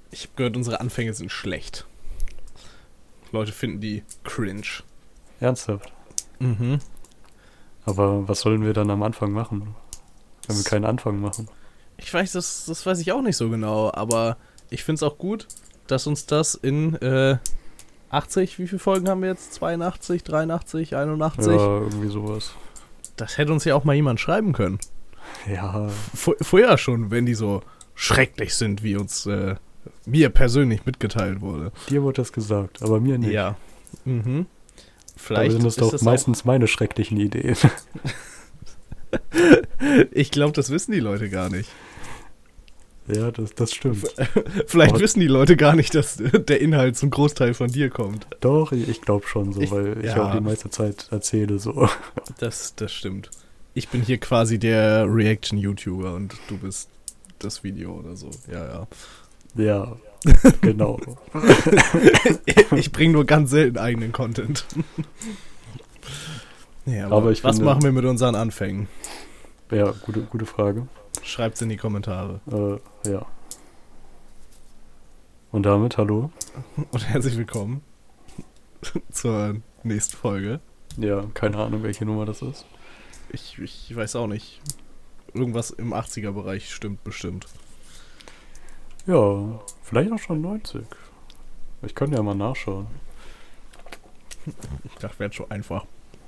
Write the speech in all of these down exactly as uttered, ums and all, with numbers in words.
Ich habe gehört, unsere Anfänge sind schlecht. Leute finden die cringe. Ernsthaft? Mhm. Aber was sollen wir dann am Anfang machen, wenn wir keinen Anfang machen? Ich weiß, das, das weiß ich auch nicht so genau, aber ich finde es auch gut, dass uns das in äh, achtzig, wie viele Folgen haben wir jetzt? zweiundachtzig, dreiundachtzig, einundachtzig? Ja, irgendwie sowas. Das hätte uns ja auch mal jemand schreiben können. Ja. V- vorher schon, wenn die so schrecklich sind, wie uns äh, mir persönlich mitgeteilt wurde. Dir wurde das gesagt, aber mir nicht. Ja. Mhm. Vielleicht sind das ist doch das meistens meine schrecklichen Ideen. Ich glaube, das wissen die Leute gar nicht. Ja, das, das stimmt. Vielleicht Aber wissen die Leute gar nicht, dass der Inhalt zum Großteil von dir kommt. Doch, ich, ich glaube schon so, Ich- weil ich ja. auch die meiste Zeit erzähle so. Das, das stimmt. Ich bin hier quasi der Reaction-YouTuber und du bist das Video oder so. Ja, ja. Ja, genau. Ich bringe nur ganz selten eigenen Content. Ja, aber, Aber ich was finde- machen wir mit unseren Anfängen? Ja, gute, gute Frage. Schreibt's in die Kommentare. Äh, ja. Und damit, hallo. Und herzlich willkommen zur nächsten Folge. Ja, keine Ahnung, welche Nummer das ist. Ich, ich weiß auch nicht. Irgendwas im achtziger-Bereich stimmt bestimmt. Ja, vielleicht auch schon neunzig. Ich könnte ja mal nachschauen. Ich dachte, wäre schon einfach.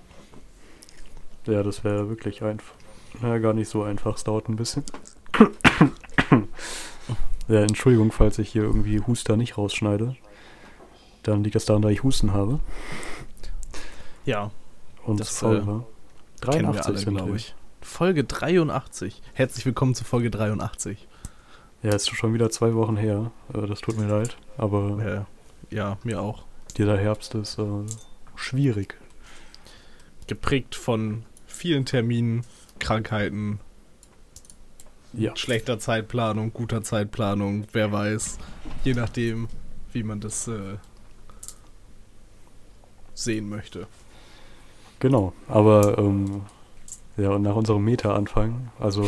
Ja, das wäre wirklich einfach. Ja, gar nicht so einfach. Es dauert ein bisschen. Ja, Entschuldigung, falls ich hier irgendwie Huster nicht rausschneide. Dann liegt das daran, da ich Husten habe. Ja, Und Das, faul äh, war. kennen wir dreiundachtzig alle, sind glaube wir. ich. Folge dreiundachtzig. Herzlich willkommen zu Folge dreiundachtzig. Ja, ist schon wieder zwei Wochen her. Äh, das tut mir leid. Aber Äh, ja, mir auch. dieser Herbst ist äh, schwierig. Geprägt von vielen Terminen, Krankheiten, Ja. schlechter Zeitplanung, guter Zeitplanung, wer weiß. Je nachdem, wie man das äh, sehen möchte. Genau, aber ähm, ja, und nach unserem Meta-Anfang, also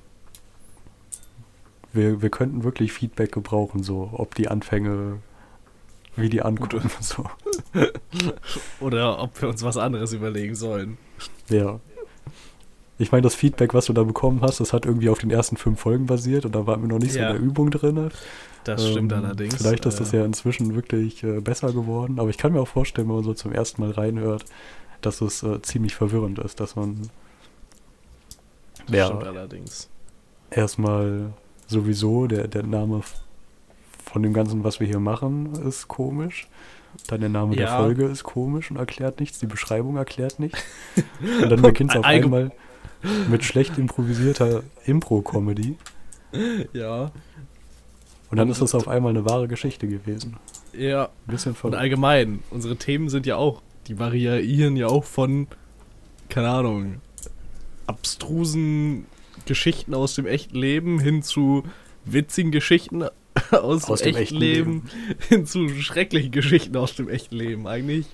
wir, wir könnten wirklich Feedback gebrauchen, so ob die Anfänge, wie die ankommen, so. Oder ob wir uns was anderes überlegen sollen. Ja. Ich meine, das Feedback, was du da bekommen hast, das hat irgendwie auf den ersten fünf Folgen basiert und da waren wir noch nicht so Ja. in der Übung drin. Das stimmt Ähm, allerdings. Vielleicht ist das Äh, ja inzwischen wirklich äh, besser geworden, aber ich kann mir auch vorstellen, wenn man so zum ersten Mal reinhört, dass es äh, ziemlich verwirrend ist, dass man Das ja. stimmt allerdings. erstmal sowieso der, der Name f- von dem Ganzen, was wir hier machen, ist komisch. Dann der Name der Ja. Folge ist komisch und erklärt nichts. Die Beschreibung erklärt nichts. Und dann beginnt es auf Allgem- einmal mit schlecht improvisierter Impro-Comedy. Ja. Und dann ist das auf einmal eine wahre Geschichte gewesen. Ja. Ein bisschen Und verrückt. allgemein, unsere Themen sind ja auch, die variieren ja auch von, keine Ahnung, abstrusen Geschichten aus dem echten Leben hin zu witzigen Geschichten aus, Aus dem, dem echten echten Leben, hin zu schrecklichen Geschichten aus dem echten Leben. Eigentlich,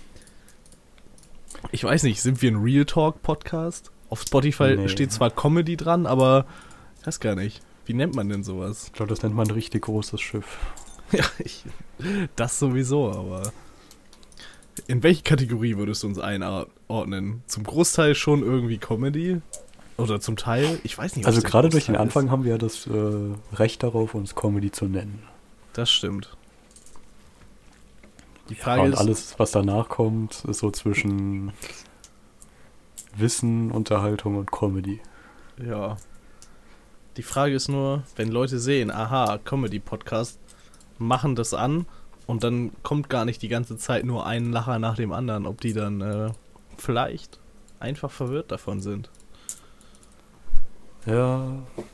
ich weiß nicht, sind wir ein Real Talk Podcast? Auf Spotify Nee. steht zwar Comedy dran, aber ich weiß gar nicht. Wie nennt man denn sowas? Ich glaube, das nennt man ein richtig großes Schiff. Ja, ich, das sowieso, aber in welche Kategorie würdest du uns einordnen? Zum Großteil schon irgendwie Comedy? Oder zum Teil? Ich weiß nicht. was Also der gerade durch den Großteil Anfang ist. haben wir ja das äh, Recht darauf, uns Comedy zu nennen. Das stimmt. Die Ja, Frage und ist, alles, was danach kommt, ist so zwischen Wissen, Unterhaltung und Comedy. ja. Die Frage ist nur, wenn Leute sehen, aha, Comedy-Podcast, machen das an und dann kommt gar nicht die ganze Zeit nur ein Lacher nach dem anderen, ob die dann äh, vielleicht einfach verwirrt davon sind. Ja.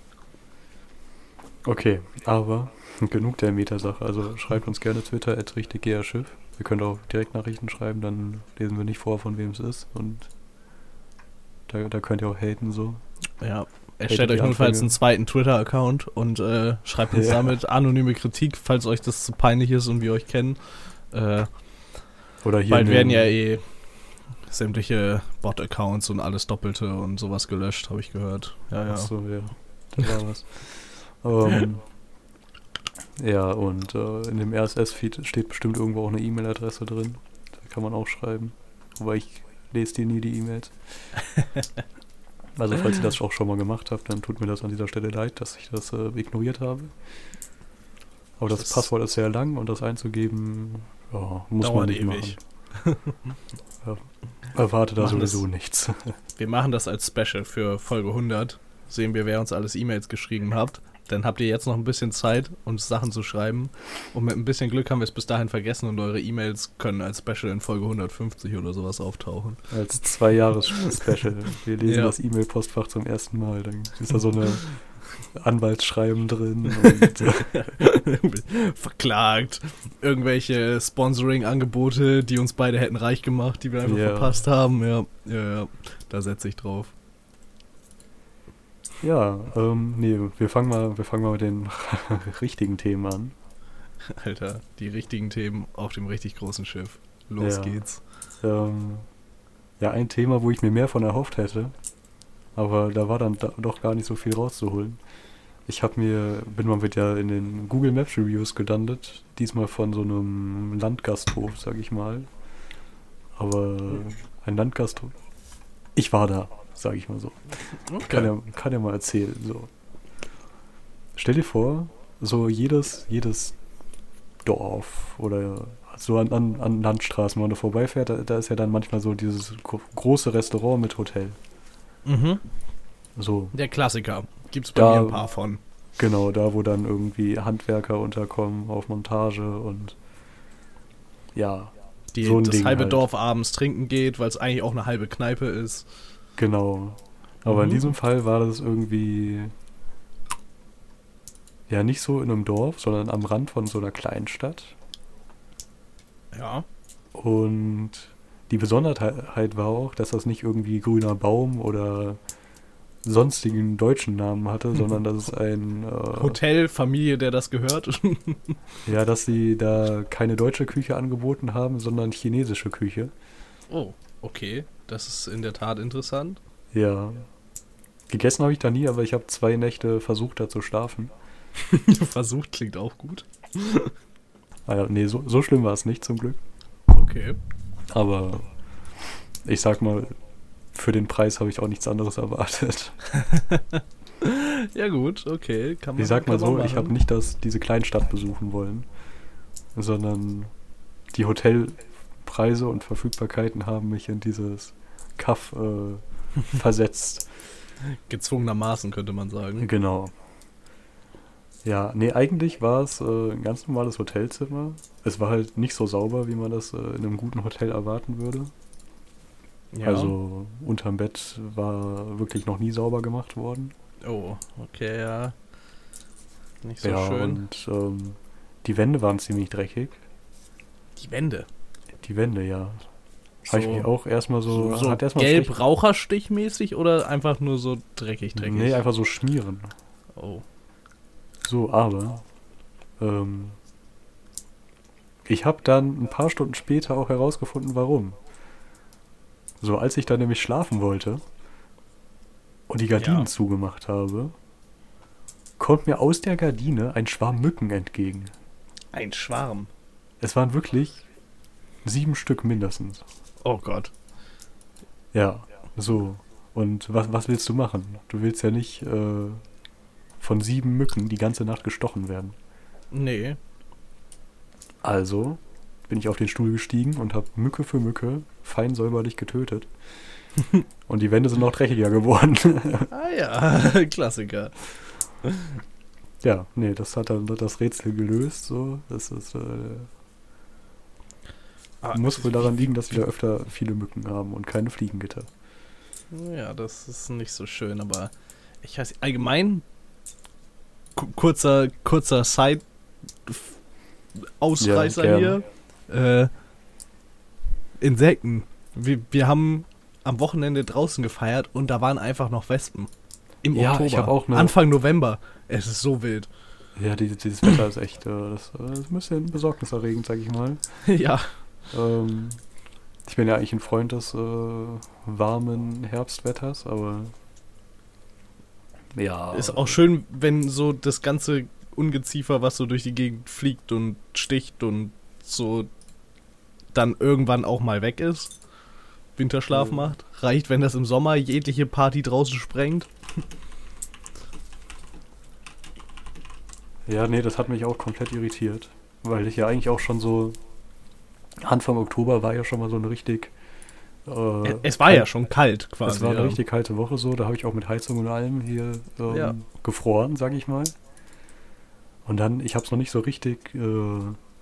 Okay, aber genug der Metasache. Also schreibt uns gerne Twitter at richtiggehrschiff. Ihr könnt auch Direktnachrichten schreiben, dann lesen wir nicht vor, von wem es ist. Und da, da könnt ihr auch haten so. Ja, erstellt die euch notfalls Anfänge. einen zweiten Twitter-Account und äh, schreibt uns Ja. damit anonyme Kritik, falls euch das zu peinlich ist und wir euch kennen. Äh, Oder hier bald in werden den- ja eh sämtliche Bot-Accounts und alles Doppelte und sowas gelöscht, habe ich gehört. Ja, ja. Achso, ja. Da war was. ähm, Ja, und äh, in dem R S S-Feed steht bestimmt irgendwo auch eine E-Mail-Adresse drin. Da kann man auch schreiben. Wobei ich lese dir nie die E-Mails. Also falls ihr das auch schon mal gemacht habt, dann tut mir das an dieser Stelle leid, dass ich das äh, ignoriert habe. Aber das, das Passwort ist sehr lang und das einzugeben, ja, muss man nicht ewig. machen. Ja, erwarte da sowieso das, nichts. Wir machen das als Special für Folge hundert. Sehen wir, wer uns alles E-Mails geschrieben hat. Dann habt ihr jetzt noch ein bisschen Zeit, uns Sachen zu schreiben. Und mit ein bisschen Glück haben wir es bis dahin vergessen und eure E-Mails können als Special in Folge hundertfünfzig oder sowas auftauchen. Als Zwei-Jahres-Special. Wir lesen ja. das E-Mail-Postfach zum ersten Mal. Dann ist da so eine Anwaltsschreiben drin. Und verklagt. Irgendwelche Sponsoring-Angebote, die uns beide hätten reich gemacht, die wir einfach ja. verpasst haben. Ja, ja, ja. Da setze ich drauf. Ja, ähm, nee, wir fangen mal, wir fangen mal mit den richtigen Themen an. Alter, die richtigen Themen auf dem richtig großen Schiff. Los ja. geht's. Ähm, ja, ein Thema, wo ich mir mehr von erhofft hätte, aber da war dann da doch gar nicht so viel rauszuholen. Ich habe mir, bin mal wieder in den Google Maps Reviews gelandet, diesmal von so einem Landgasthof, sag ich mal. Aber ein Landgasthof. Ich war da. Sag ich mal so. Okay. Kann ja, kann ja mal erzählen. So. Stell dir vor, so jedes, jedes Dorf oder so an, an, an Landstraßen, wenn man da vorbeifährt, da, da ist ja dann manchmal so dieses große Restaurant mit Hotel. Mhm. So. Der Klassiker. Gibt's bei da, mir ein paar von. Genau, da wo dann irgendwie Handwerker unterkommen auf Montage und ja. Die, so ein das Ding halbe halt. Dorf abends trinken geht, weil es eigentlich auch eine halbe Kneipe ist. Genau. Aber mhm. in diesem Fall war das irgendwie ja nicht so in einem Dorf, sondern am Rand von so einer Kleinstadt. Ja. Und die Besonderheit war auch, dass das nicht irgendwie Grüner Baum oder sonstigen deutschen Namen hatte, mhm. sondern dass es ein äh, Hotel, Familie, der das gehört. Ja, dass sie da keine deutsche Küche angeboten haben, sondern chinesische Küche. Oh, okay. Das ist in der Tat interessant. Ja. Gegessen habe ich da nie, aber ich habe zwei Nächte versucht, da zu schlafen. Versucht klingt auch gut. Ah ja, nee, so, so schlimm war es nicht, zum Glück. Okay. Aber ich sag mal, für den Preis habe ich auch nichts anderes erwartet. Ja gut, okay. Kann man, ich sag mal so, machen. Ich habe nicht das, diese Kleinstadt besuchen wollen, sondern die Hotelpreise und Verfügbarkeiten haben mich in dieses Kaff äh, versetzt. Gezwungenermaßen, könnte man sagen. Genau. Ja, nee, eigentlich war es äh, ein ganz normales Hotelzimmer. Es war halt nicht so sauber, wie man das äh, in einem guten Hotel erwarten würde. Ja. Also unterm Bett war wirklich noch nie sauber gemacht worden. Oh, okay, ja. Nicht so ja, schön. Und ähm, die Wände waren ziemlich dreckig. Die Wände? Die Wände, ja. So, habe ich mich auch erstmal so... So, so hat erstmal gelb-raucherstichmäßig oder einfach nur so dreckig, dreckig? Nee, einfach so schmieren. Oh. So, aber ähm, ich habe dann ein paar Stunden später auch herausgefunden, warum. So, als ich dann nämlich schlafen wollte und die Gardinen ja. zugemacht habe, kommt mir aus der Gardine ein Schwarm Mücken entgegen. Ein Schwarm? Es waren wirklich sieben Stück mindestens. Oh Gott. Ja, so. Und was, was willst du machen? Du willst ja nicht äh, von sieben Mücken die ganze Nacht gestochen werden. Nee. Also bin ich auf den Stuhl gestiegen und habe Mücke für Mücke fein säuberlich getötet. Und die Wände sind noch dreckiger geworden. Ah ja, Klassiker. Ja, nee, das hat dann das Rätsel gelöst. So, das ist äh, ah, muss wohl daran liegen, dass wir da öfter viele Mücken haben und keine Fliegengitter. Ja, das ist nicht so schön, aber ich weiß allgemein k- kurzer kurzer Side Ausreißer ja, hier. Äh, Insekten. Wir, wir haben am Wochenende draußen gefeiert und da waren einfach noch Wespen. Im ja, Oktober. Ich hab auch eine Anfang November. Es ist so wild. Ja, die, dieses Wetter ist echt, äh, das, das ist ein bisschen besorgniserregend, sag ich mal. Ja. Ähm, ich bin ja eigentlich ein Freund des äh, warmen Herbstwetters, aber ja. Ist auch schön, wenn so das ganze Ungeziefer, was so durch die Gegend fliegt und sticht und so dann irgendwann auch mal weg ist, Winterschlaf Mhm. macht. Reicht, wenn das im Sommer jegliche Party draußen sprengt. Ja, nee, das hat mich auch komplett irritiert. Weil ich ja eigentlich auch schon so. Anfang Oktober war ja schon mal so eine richtig. Äh, Es war kalt- ja schon kalt quasi. Es war eine ja. richtig kalte Woche so, da habe ich auch mit Heizung und allem hier ähm, Ja. gefroren, sag ich mal. Und dann, ich habe es noch nicht so richtig äh,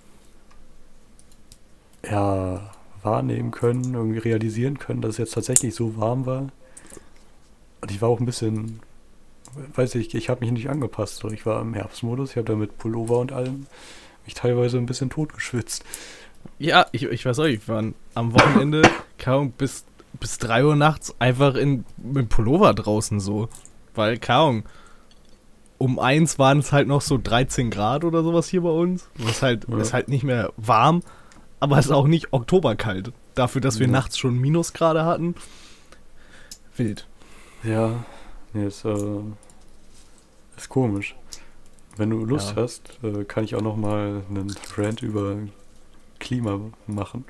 ja, wahrnehmen können, irgendwie realisieren können, dass es jetzt tatsächlich so warm war. Und ich war auch ein bisschen, weiß ich, ich habe mich nicht angepasst. So. Ich war im Herbstmodus, ich habe da mit Pullover und allem mich teilweise ein bisschen totgeschwitzt. Ja, ich, ich weiß auch nicht, wir waren am Wochenende kaum bis, bis drei Uhr nachts einfach in, mit Pullover draußen so. Weil, kaum. Um eins waren es halt noch so dreizehn Grad oder sowas hier bei uns. Und es ist halt, Ja. ist halt nicht mehr warm, aber es ist auch nicht oktoberkalt. Dafür, dass wir Ja. nachts schon Minusgrade hatten. Wild. Ja, nee, ist, äh, ist komisch. Wenn du Lust Ja. hast, äh, kann ich auch noch mal einen Rant über Klima machen.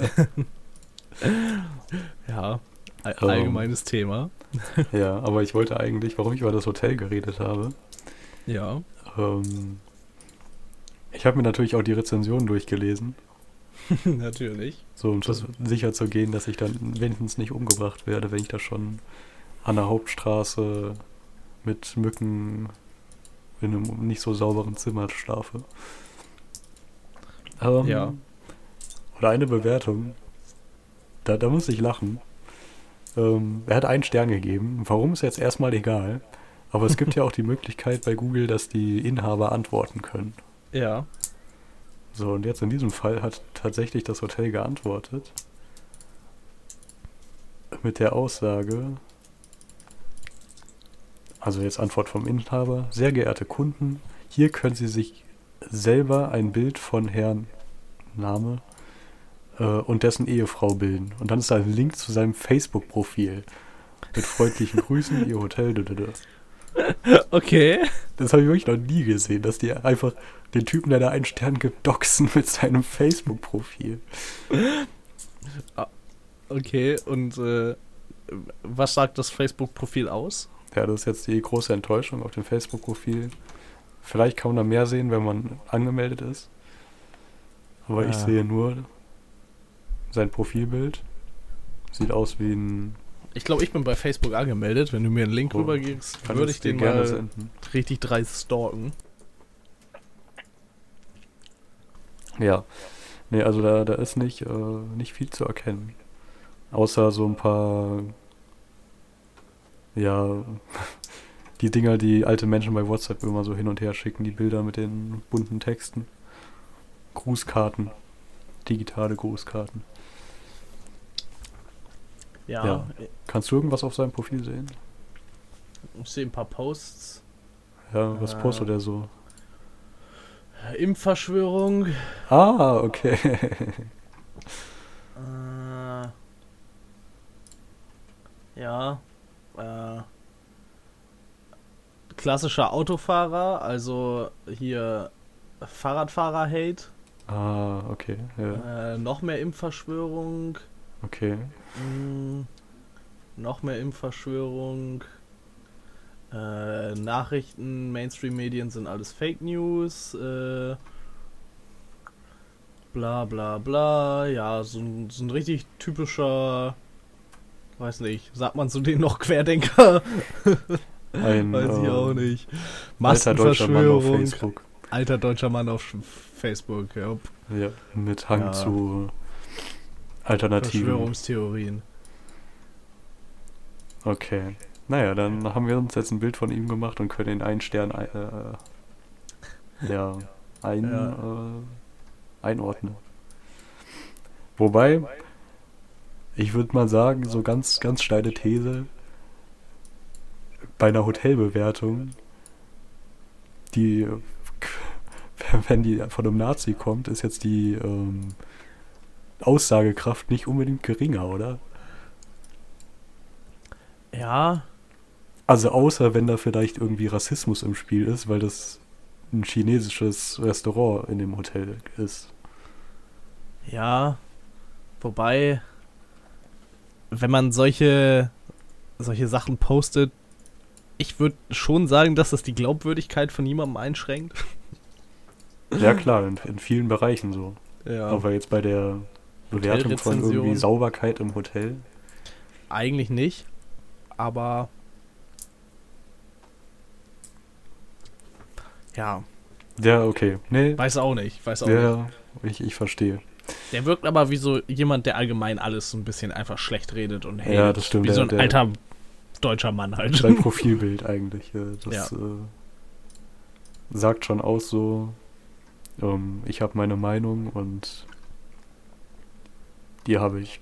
Ja, all, Ähm. allgemeines Thema. Ja, aber ich wollte eigentlich, warum ich über das Hotel geredet habe. Ja. Ähm, ich habe mir natürlich auch die Rezensionen durchgelesen, Natürlich. so um Das- sicher zu gehen, dass ich dann wenigstens nicht umgebracht werde, wenn ich da schon an der Hauptstraße mit Mücken in einem nicht so sauberen Zimmer schlafe. Ähm, Ja. Oder eine Bewertung, da, da muss ich lachen. Ähm, er hat einen Stern gegeben. Warum ist jetzt erstmal egal. Aber es gibt ja auch die Möglichkeit bei Google, dass die Inhaber antworten können. Ja. So, und jetzt in diesem Fall hat tatsächlich das Hotel geantwortet. Mit der Aussage, also jetzt Antwort vom Inhaber: Sehr geehrte Kunden, hier können Sie sich selber ein Bild von Herrn Name äh, und dessen Ehefrau bilden. Und dann ist da ein Link zu seinem Facebook-Profil. Mit freundlichen Grüßen, Ihr Hotel. Dödödö. Okay. Das habe ich wirklich noch nie gesehen, dass die einfach den Typen, der da einen Stern gibt, doxen mit seinem Facebook-Profil. Okay, und äh, was sagt das Facebook-Profil aus? Ja, das ist jetzt die große Enttäuschung auf dem Facebook-Profil. Vielleicht kann man da mehr sehen, wenn man angemeldet ist. Aber ich Ah. sehe nur sein Profilbild. Sieht aus wie ein... Ich glaube, ich bin bei Facebook angemeldet. Wenn du mir einen Link Oh, rübergibst, kann würde es ich dir den gerne mal senden. richtig dreist stalken. Ja. Nee, also da, da ist nicht, äh, nicht viel zu erkennen. Außer so ein paar... Ja... Die Dinger, die alte Menschen bei WhatsApp immer so hin und her schicken, die Bilder mit den bunten Texten. Grußkarten. Digitale Grußkarten. Ja, Ja. Kannst du irgendwas auf seinem Profil sehen? ich sehe ein paar Posts. Ja, was Äh. postet er so? Impfverschwörung. Ah, okay. Äh, ja. Äh, klassischer Autofahrer, also hier Fahrradfahrer-Hate. Ah, okay. Ja, Äh, noch mehr Impfverschwörung. okay. Mm, noch mehr Impfverschwörung. Äh, Nachrichten, Mainstream-Medien sind alles Fake News. Äh, bla bla bla. Ja, so ein, so ein richtig typischer, weiß nicht, sagt man zu denen noch Querdenker? Ein Weiß ich äh, auch nicht. alter deutscher Mann auf Massenverschwörung. Facebook. Alter deutscher Mann auf Sch- Facebook, ja. Ja, mit Hang Ja. zu Alternativen. Verschwörungstheorien. Okay. Naja, dann haben wir uns jetzt ein Bild von ihm gemacht und können ihn einen Stern ein, äh, ja, ein, Ja. Äh, einordnen. Wobei, ich würde mal sagen, so ganz, ganz steile These, bei einer Hotelbewertung, die, wenn die von einem Nazi kommt, ist jetzt die ähm, Aussagekraft nicht unbedingt geringer, oder? Ja, Also außer wenn da vielleicht irgendwie Rassismus im Spiel ist, weil das ein chinesisches Restaurant in dem Hotel ist. Ja, wobei, wenn man solche, solche Sachen postet, ich würde schon sagen, dass das die Glaubwürdigkeit von jemandem einschränkt. Ja klar, in, in vielen Bereichen so. Ja. Aber jetzt bei der Bewertung von irgendwie Hotelrezension. Sauberkeit im Hotel. Eigentlich nicht, aber ja, Ja, okay. Nee, weiß auch nicht, weiß auch nicht. ja, ich, ich verstehe. Der wirkt aber wie so jemand, der allgemein alles so ein bisschen einfach schlecht redet und hatet. Ja, das stimmt, Wie der- so ein der- alter deutscher Mann halt. Sein Profilbild eigentlich. äh, Das Ja. äh, sagt schon aus so, ähm, ich habe meine Meinung und die habe ich.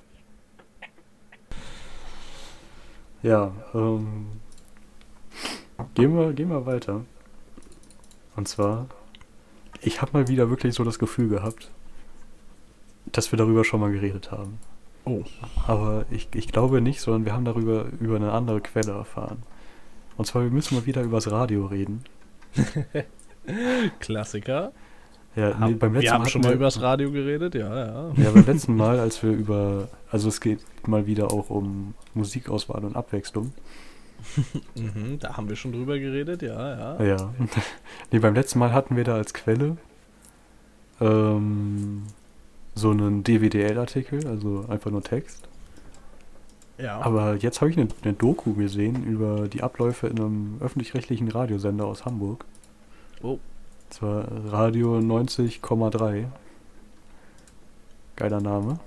Ja, ähm, gehen wir, gehen wir weiter. Und zwar, ich habe mal wieder wirklich so das Gefühl gehabt, dass wir darüber schon mal geredet haben. Oh. Aber ich, ich glaube nicht, sondern wir haben darüber über eine andere Quelle erfahren. Und zwar, wir müssen mal wieder übers Radio reden. Klassiker. Ja, Hab- nee, beim letzten wir haben Mal schon hatten mal übers Radio geredet, ja, ja. Ja, beim letzten Mal, als wir über, also es geht mal wieder auch um Musikauswahl und Abwechslung. Mhm, da haben wir schon drüber geredet, ja, ja. Ja. Nee, beim letzten Mal hatten wir da als Quelle ähm, so einen D W D L-Artikel, also einfach nur Text. Ja. Aber jetzt habe ich eine, eine Doku gesehen über die Abläufe in einem öffentlich-rechtlichen Radiosender aus Hamburg. Oh. Und zwar Radio neunzig Komma drei. Geiler Name.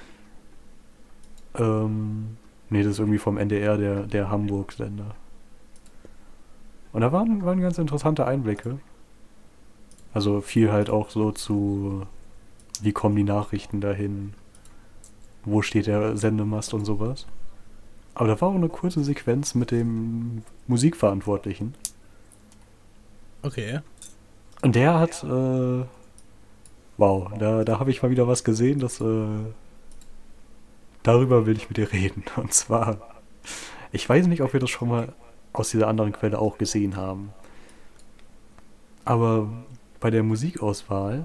Ähm, nee, das ist irgendwie vom N D R, der, der Hamburg-Sender. Und da waren, waren ganz interessante Einblicke. Also viel halt auch so zu, wie kommen die Nachrichten dahin, wo steht der Sendemast und sowas. Aber da war auch eine kurze Sequenz mit dem Musikverantwortlichen. Okay. Und der hat, äh, wow, da, da habe ich mal wieder was gesehen, das, äh, darüber will ich mit dir reden. Und zwar, ich weiß nicht, ob wir das schon mal aus dieser anderen Quelle auch gesehen haben. Aber bei der Musikauswahl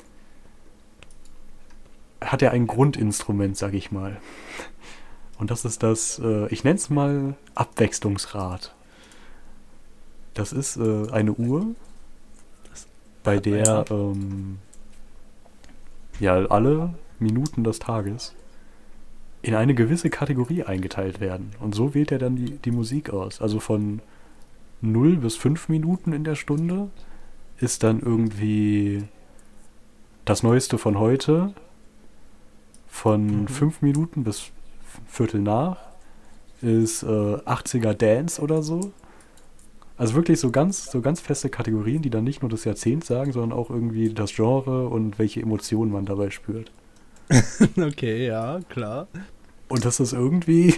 hat er ein Grundinstrument, sag ich mal. Und das ist das, äh, ich nenne es mal Abwechslungsrad. Das ist äh, eine Uhr, bei der ähm, ja alle Minuten des Tages in eine gewisse Kategorie eingeteilt werden. Und so wählt er dann die, die Musik aus. Also von null bis fünf Minuten in der Stunde ist dann irgendwie das Neueste von heute. Von Mhm. fünf Minuten bis Viertel nach ist äh, achtziger Dance oder so. Also wirklich so ganz, so ganz feste Kategorien, die dann nicht nur das Jahrzehnt sagen, sondern auch irgendwie das Genre und welche Emotionen man dabei spürt. Okay, ja, klar. Und das ist irgendwie...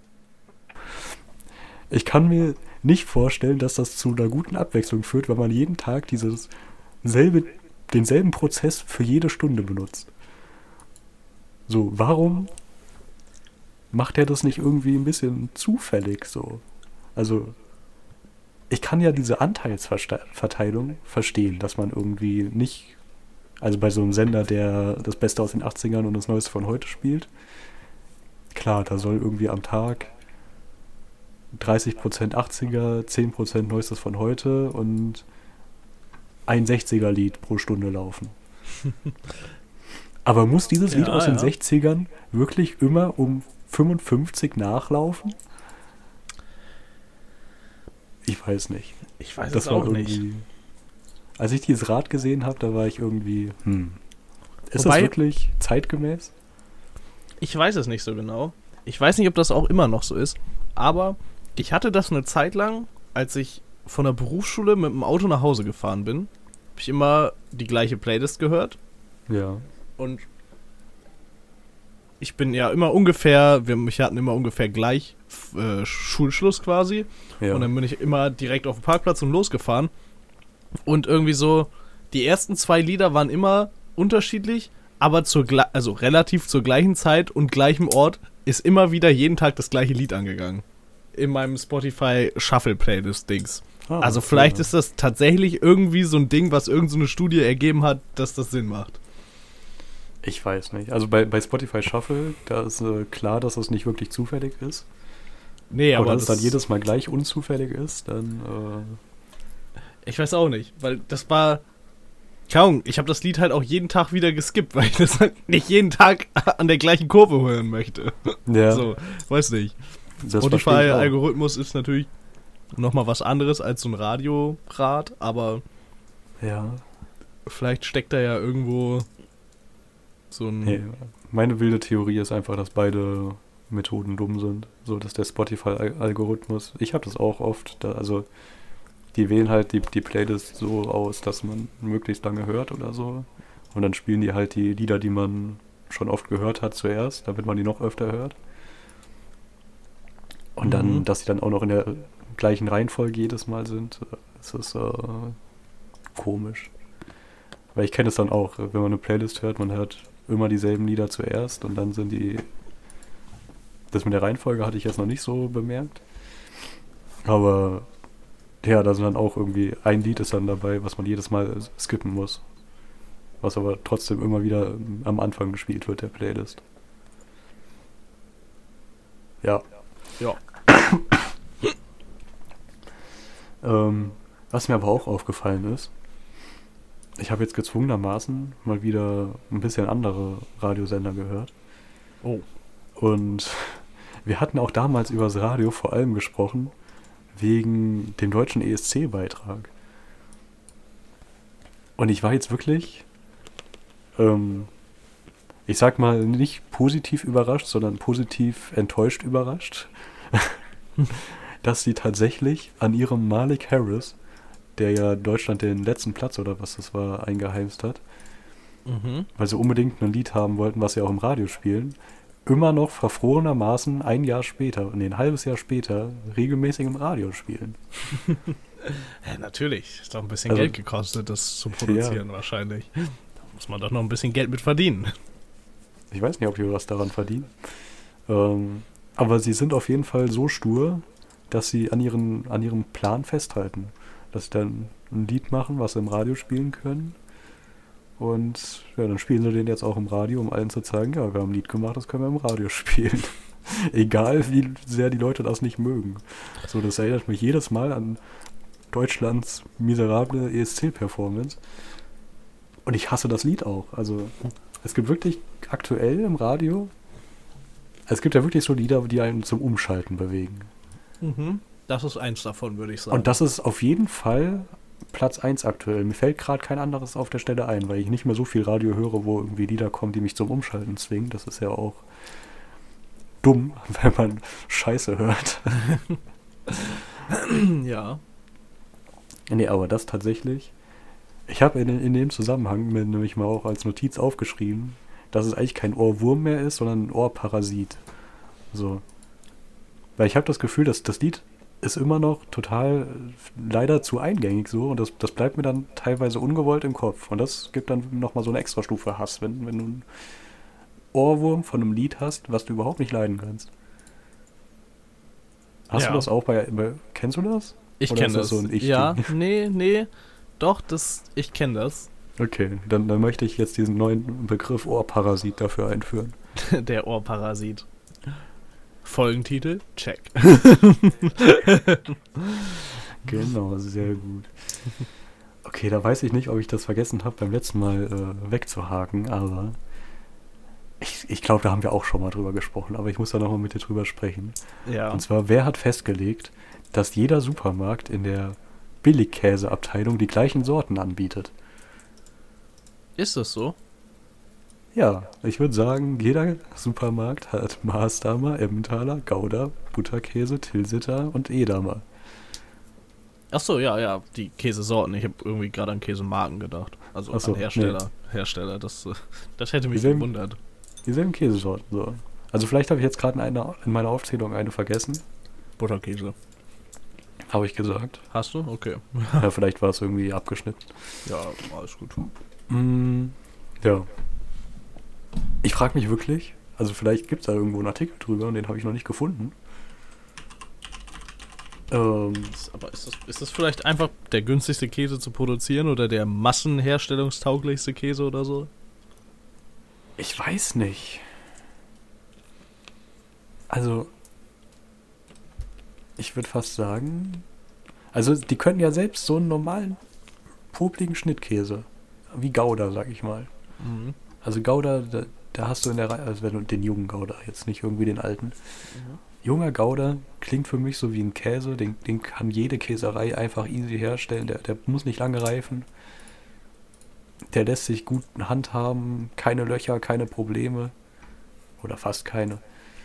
Ich kann mir nicht vorstellen, dass das zu einer guten Abwechslung führt, wenn man jeden Tag dieses selbe, denselben Prozess für jede Stunde benutzt. So, warum macht er das nicht irgendwie ein bisschen zufällig so? Also, ich kann ja diese Anteilsverteilung verstehen, dass man irgendwie nicht, also bei so einem Sender, der das Beste aus den achtzigern und das Neueste von heute spielt, klar, da soll irgendwie am Tag dreißig Prozent achtziger, zehn Prozent Neuestes von heute und ein sechziger-Lied pro Stunde laufen. Aber muss dieses Lied Ja, aus den ja. sechzigern wirklich immer um fünfundfünfzig nachlaufen? Ich weiß nicht. Ich weiß Das es war auch nicht. irgendwie. Als ich dieses Rad gesehen habe, da war ich irgendwie, hm. Ist Wobei- das wirklich zeitgemäß? Ich weiß es nicht so genau. Ich weiß nicht, ob das auch immer noch so ist. Aber ich hatte das eine Zeit lang, als ich von der Berufsschule mit dem Auto nach Hause gefahren bin, habe ich immer die gleiche Playlist gehört. Ja. Und ich bin ja immer ungefähr, wir, wir hatten immer ungefähr gleich äh, Schulschluss quasi. Ja. Und dann bin ich immer direkt auf den Parkplatz und losgefahren. Und irgendwie so, die ersten zwei Lieder waren immer unterschiedlich, aber zur gle- also relativ zur gleichen Zeit und gleichem Ort ist immer wieder jeden Tag das gleiche Lied angegangen. In meinem Spotify Shuffle Playlist Dings. Ah, also vielleicht ja. ist das tatsächlich irgendwie so ein Ding, was irgendeine so eine Studie ergeben hat, dass das Sinn macht. Ich weiß nicht. Also bei, bei Spotify Shuffle, da ist äh, klar, dass das nicht wirklich zufällig ist. Nee, aber, aber dass das dann jedes Mal gleich unzufällig ist, dann äh ich weiß auch nicht, weil das war keine Ahnung, ich habe das Lied halt auch jeden Tag wieder geskippt, weil ich das halt nicht jeden Tag an der gleichen Kurve hören möchte. Ja. So, weiß nicht. Spotify-Algorithmus ist natürlich nochmal was anderes als so ein Radiorad, aber ja. Vielleicht steckt da ja irgendwo so ein... Hey, meine wilde Theorie ist einfach, dass beide Methoden dumm sind. So, dass der Spotify-Algorithmus, ich habe das auch oft, da, also die wählen halt die, die Playlist so aus, dass man möglichst lange hört oder so. Und dann spielen die halt die Lieder, die man schon oft gehört hat, zuerst, damit man die noch öfter hört. Und mhm. dann, dass sie dann auch noch in der gleichen Reihenfolge jedes Mal sind, das ist äh, komisch. Weil ich kenne es dann auch, wenn man eine Playlist hört, man hört immer dieselben Lieder zuerst und dann sind die... Das mit der Reihenfolge hatte ich jetzt noch nicht so bemerkt. Aber ja, da sind dann auch irgendwie ein Lied ist dann dabei, was man jedes Mal skippen muss. Was aber trotzdem immer wieder am Anfang gespielt wird, der Playlist. Ja. Ja. ähm, was mir aber auch aufgefallen ist, ich habe jetzt gezwungenermaßen mal wieder ein bisschen andere Radiosender gehört. Oh. Und wir hatten auch damals über das Radio vor allem gesprochen, wegen dem deutschen E S C-Beitrag. Und ich war jetzt wirklich, ähm, ich sag mal, nicht positiv überrascht, sondern positiv enttäuscht überrascht, dass sie tatsächlich an ihrem Malik Harris, der ja Deutschland den letzten Platz oder was das war, eingeheimst hat, mhm. weil sie unbedingt ein Lied haben wollten, was sie auch im Radio spielen, immer noch verfrorenermaßen ein Jahr später, nee, ein halbes Jahr später, regelmäßig im Radio spielen. Ja, natürlich. Ist doch ein bisschen also, Geld gekostet, das zu produzieren ja. wahrscheinlich. Da muss man doch noch ein bisschen Geld mit verdienen. Ich weiß nicht, ob die was daran verdienen. Ähm, aber sie sind auf jeden Fall so stur, dass sie an, ihren, an ihrem Plan festhalten. Dass sie dann ein Lied machen, was sie im Radio spielen können. Und ja, dann spielen sie den jetzt auch im Radio, um allen zu zeigen, ja, wir haben ein Lied gemacht, das können wir im Radio spielen. Egal, wie sehr die Leute das nicht mögen. So, das erinnert mich jedes Mal an Deutschlands miserable E S C-Performance. Und ich hasse das Lied auch. Also, es gibt wirklich aktuell im Radio, es gibt ja wirklich so Lieder, die einen zum Umschalten bewegen. Mhm. Das ist eins davon, würde ich sagen. Und das ist auf jeden Fall Platz eins aktuell. Mir fällt gerade kein anderes auf der Stelle ein, weil ich nicht mehr so viel Radio höre, wo irgendwie Lieder kommen, die mich zum Umschalten zwingen. Das ist ja auch dumm, wenn man Scheiße hört. Ja. Nee, aber das tatsächlich. Ich habe in, in dem Zusammenhang mir nämlich mal auch als Notiz aufgeschrieben, dass es eigentlich kein Ohrwurm mehr ist, sondern ein Ohrparasit. So. Weil ich habe das Gefühl, dass das Lied ist immer noch total leider zu eingängig so und das, das bleibt mir dann teilweise ungewollt im Kopf. Und das gibt dann nochmal so eine Extrastufe Hass, wenn, wenn du einen Ohrwurm von einem Lied hast, was du überhaupt nicht leiden kannst. Hast ja. du das auch bei, bei kennst du das? Ich kenne das. das so ein Ich ja, nee, nee, doch, das, ich kenne das. Okay, dann, dann möchte ich jetzt diesen neuen Begriff Ohrparasit dafür einführen. Der Ohrparasit. Folgentitel? Check. Genau, sehr gut. Okay, da weiß ich nicht, ob ich das vergessen habe, beim letzten Mal äh, wegzuhaken, aber ich, ich glaube, da haben wir auch schon mal drüber gesprochen, aber ich muss da nochmal mit dir drüber sprechen. Ja. Und zwar, wer hat festgelegt, dass jeder Supermarkt in der Billigkäseabteilung die gleichen Sorten anbietet? Ist das so? Ja, ich würde sagen, jeder Supermarkt hat Maßdamer, Emmentaler, Gouda, Butterkäse, Tilsiter und Edamer. Ach so, ja, ja, die Käsesorten. Ich habe irgendwie gerade an Käsemarken gedacht. Also so, an Hersteller. Nee. Hersteller, das, das hätte mich dieselben, gewundert. Dieselben Käsesorten, so. Also vielleicht habe ich jetzt gerade in, in meiner Aufzählung eine vergessen. Butterkäse. Habe ich gesagt. Hast du? Okay. Ja, vielleicht war es irgendwie abgeschnitten. Ja, alles gut. Mm, ja. Ich frage mich wirklich, also vielleicht gibt es da irgendwo einen Artikel drüber und den habe ich noch nicht gefunden. Ähm, Aber ist das, ist das vielleicht einfach der günstigste Käse zu produzieren oder der massenherstellungstauglichste Käse oder so? ich weiß nicht. Also, ich würde fast sagen, also die könnten ja selbst so einen normalen, popligen Schnittkäse, wie Gouda, sag ich mal. Mhm. Also Gouda, da, da hast du in der Reihe, also wenn du den jungen Gouda, jetzt nicht irgendwie den alten. Mhm. Junger Gouda klingt für mich so wie ein Käse, den, den kann jede Käserei einfach easy herstellen, der, der muss nicht lange reifen. Der lässt sich gut handhaben, keine Löcher, keine Probleme. Oder fast keine.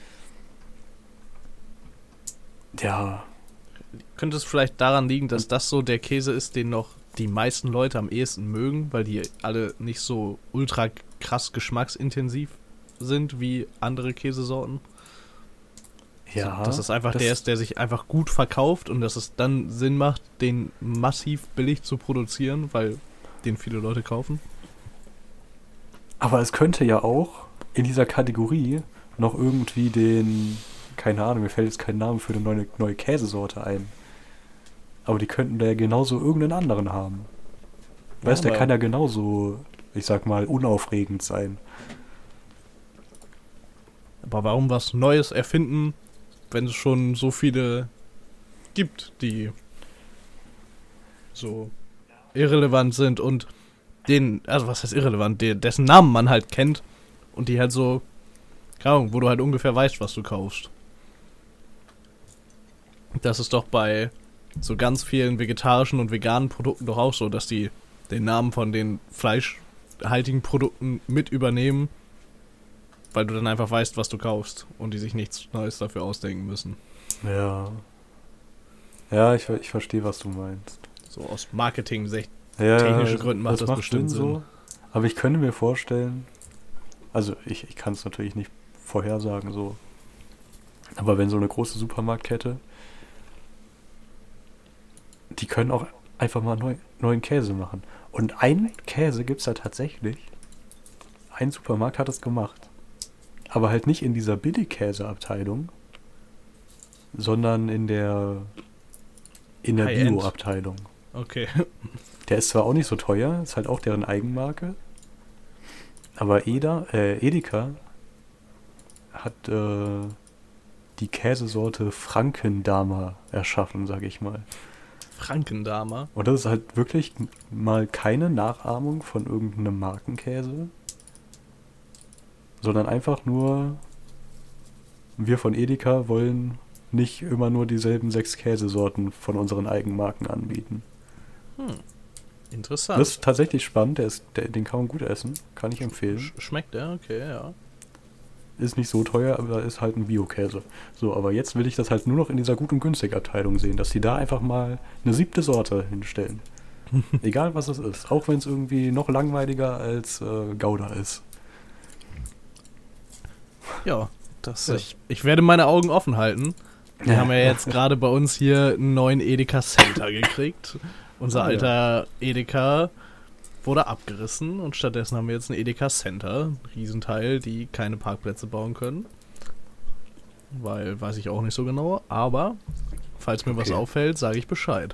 Ja, Könnte es vielleicht daran liegen, dass das so der Käse ist, den noch die meisten Leute am ehesten mögen, weil die alle nicht so ultra krass geschmacksintensiv sind wie andere Käsesorten? ja. Dass es einfach das- der ist, der sich einfach gut verkauft und dass es dann Sinn macht, den massiv billig zu produzieren, weil den viele Leute kaufen. Aber es könnte ja auch in dieser Kategorie noch irgendwie den, keine Ahnung, mir fällt jetzt kein Name für eine neue, neue Käsesorte ein. Aber die könnten da ja genauso irgendeinen anderen haben. Weißt du, Ja, der aber- kann ja genauso, ich sag mal, unaufregend sein. Aber warum was Neues erfinden, wenn es schon so viele gibt, die so irrelevant sind und den, also was heißt irrelevant, der, dessen Namen man halt kennt und die halt so, keine Ahnung, wo du halt ungefähr weißt, was du kaufst. Das ist doch bei so ganz vielen vegetarischen und veganen Produkten doch auch so, dass die den Namen von den fleischhaltigen Produkten mit übernehmen, weil du dann einfach weißt, was du kaufst und die sich nichts Neues dafür ausdenken müssen. Ja. Ja, ich, ich verstehe, was du meinst. So aus Marketing-Sicht. Ja, Technische es- Gründen macht es das bestimmt Sinn. Aber ich könnte mir vorstellen, also ich, ich kann es natürlich nicht vorhersagen, so. Aber wenn so eine große Supermarktkette, die können auch einfach mal neu, neuen Käse machen. Und einen Käse gibt es da tatsächlich. Ein Supermarkt hat es gemacht. Aber halt nicht in dieser Billigkäseabteilung, sondern in der in der High-End. Bio-Abteilung. Okay. Der ist zwar auch nicht so teuer, ist halt auch deren Eigenmarke. Aber Eda, äh, Edeka hat äh, die Käsesorte Frankendamer erschaffen, sag ich mal. Frankendamer. Und das ist halt wirklich mal keine Nachahmung von irgendeinem Markenkäse, sondern einfach nur, wir von Edeka wollen nicht immer nur dieselben sechs Käsesorten von unseren Eigenmarken anbieten. Hm. Interessant. Das ist tatsächlich spannend, der ist, der, den kann man gut essen, kann ich empfehlen. Sch- Schmeckt der? Okay, ja. Ist nicht so teuer, aber ist halt ein Bio-Käse. So, aber jetzt will ich das halt nur noch in dieser Gut- und Günstig-Abteilung sehen, dass die da einfach mal eine siebte Sorte hinstellen. Egal was es ist, auch wenn es irgendwie noch langweiliger als äh, Gouda ist. Ja, das, Ja. Ich, ich werde meine Augen offen halten. Wir haben ja jetzt gerade bei uns hier einen neuen Edeka Center gekriegt. Unser Ah, ja. alter Edeka wurde abgerissen und stattdessen haben wir jetzt ein Edeka Center, ein Riesenteil, die keine Parkplätze bauen können. Weil, weiß ich auch nicht so genau, aber falls mir was Okay. auffällt, sage ich Bescheid.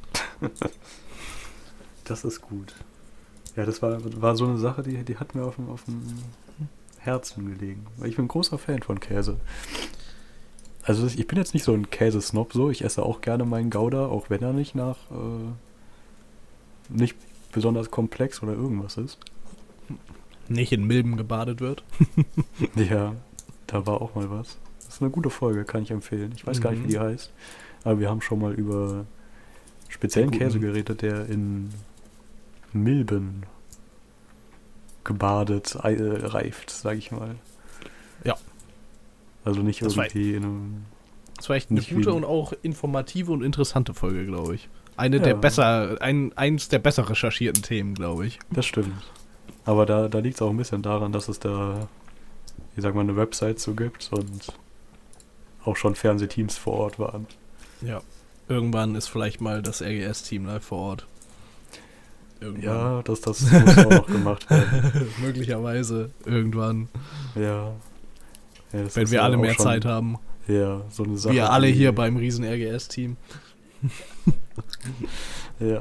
Das ist gut. Ja, das war, war so eine Sache, die, die hat mir auf dem, auf dem Herzen gelegen. Weil ich bin ein großer Fan von Käse. Also ich bin jetzt nicht so ein Käsesnob so, ich esse auch gerne meinen Gouda, auch wenn er nicht nach äh, nicht besonders komplex oder irgendwas ist. Nicht in Milben gebadet wird. Ja, da war auch mal was. Das ist eine gute Folge, kann ich empfehlen. Ich weiß gar nicht, wie die heißt. Aber wir haben schon mal über speziellen Den guten- Käse geredet, der in Milben gebadet, ei- äh, reift, sag ich mal. Ja. Also nicht Das war- irgendwie in einem... Das war echt eine Nicht gute wie- und auch informative und interessante Folge, glaube ich. Eine Ja. der besser, ein, eins der besser recherchierten Themen, glaube ich. Das stimmt. Aber da, da liegt es auch ein bisschen daran, dass es da, ich sag mal, eine Website so gibt und auch schon Fernsehteams vor Ort waren. Ja. Irgendwann ist vielleicht mal das R G S-Team live vor Ort. Irgendwann. Ja, das, das muss auch noch gemacht werden. Möglicherweise irgendwann, Ja. Ja, das wenn ist wir ja alle auch mehr schon- Zeit haben. Ja, so eine Sache. Wir alle die- hier beim riesen R G S-Team. Ja.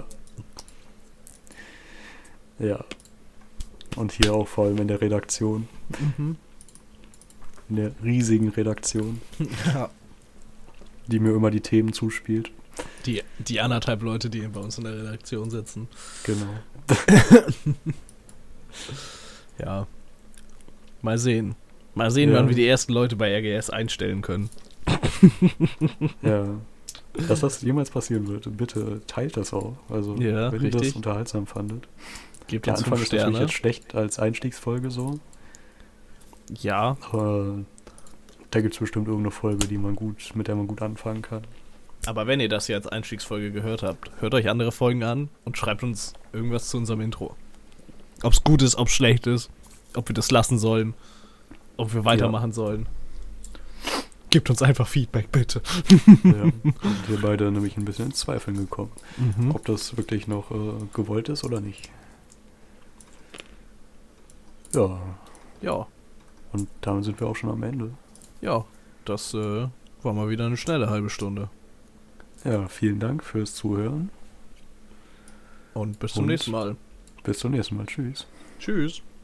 Ja. Und hier auch vor allem in der Redaktion. Mhm. In der riesigen Redaktion, Ja. die mir immer die Themen zuspielt. Die, die anderthalb Leute, die bei uns in der Redaktion sitzen. Genau. Ja. Mal sehen. Mal sehen, Ja. wann wir die ersten Leute bei R G S einstellen können. Ja. Dass das jemals passieren wird, bitte teilt das auch. Also, Ja, wenn ihr das richtig. unterhaltsam fandet. Gebt Der uns Anfang fünf ist natürlich Sterne. jetzt schlecht als Einstiegsfolge so. Ja, Aber da gibt es bestimmt irgendeine Folge, die man gut, mit der man gut anfangen kann. aber wenn ihr das hier als Einstiegsfolge gehört habt, hört euch andere Folgen an und schreibt uns irgendwas zu unserem Intro. Ob's gut ist, ob's schlecht ist, ob wir das lassen sollen, ob wir weitermachen sollen. Gebt uns einfach Feedback, bitte. Ja. Und wir beide nämlich ein bisschen ins Zweifeln gekommen, Mhm. ob das wirklich noch äh, gewollt ist oder nicht. Ja, Ja, und damit sind wir auch schon am Ende. ja, das äh, war mal wieder eine schnelle halbe Stunde. Ja, vielen Dank fürs Zuhören. Und bis zum Und- nächsten Mal. Bis zum nächsten Mal. Tschüss. Tschüss.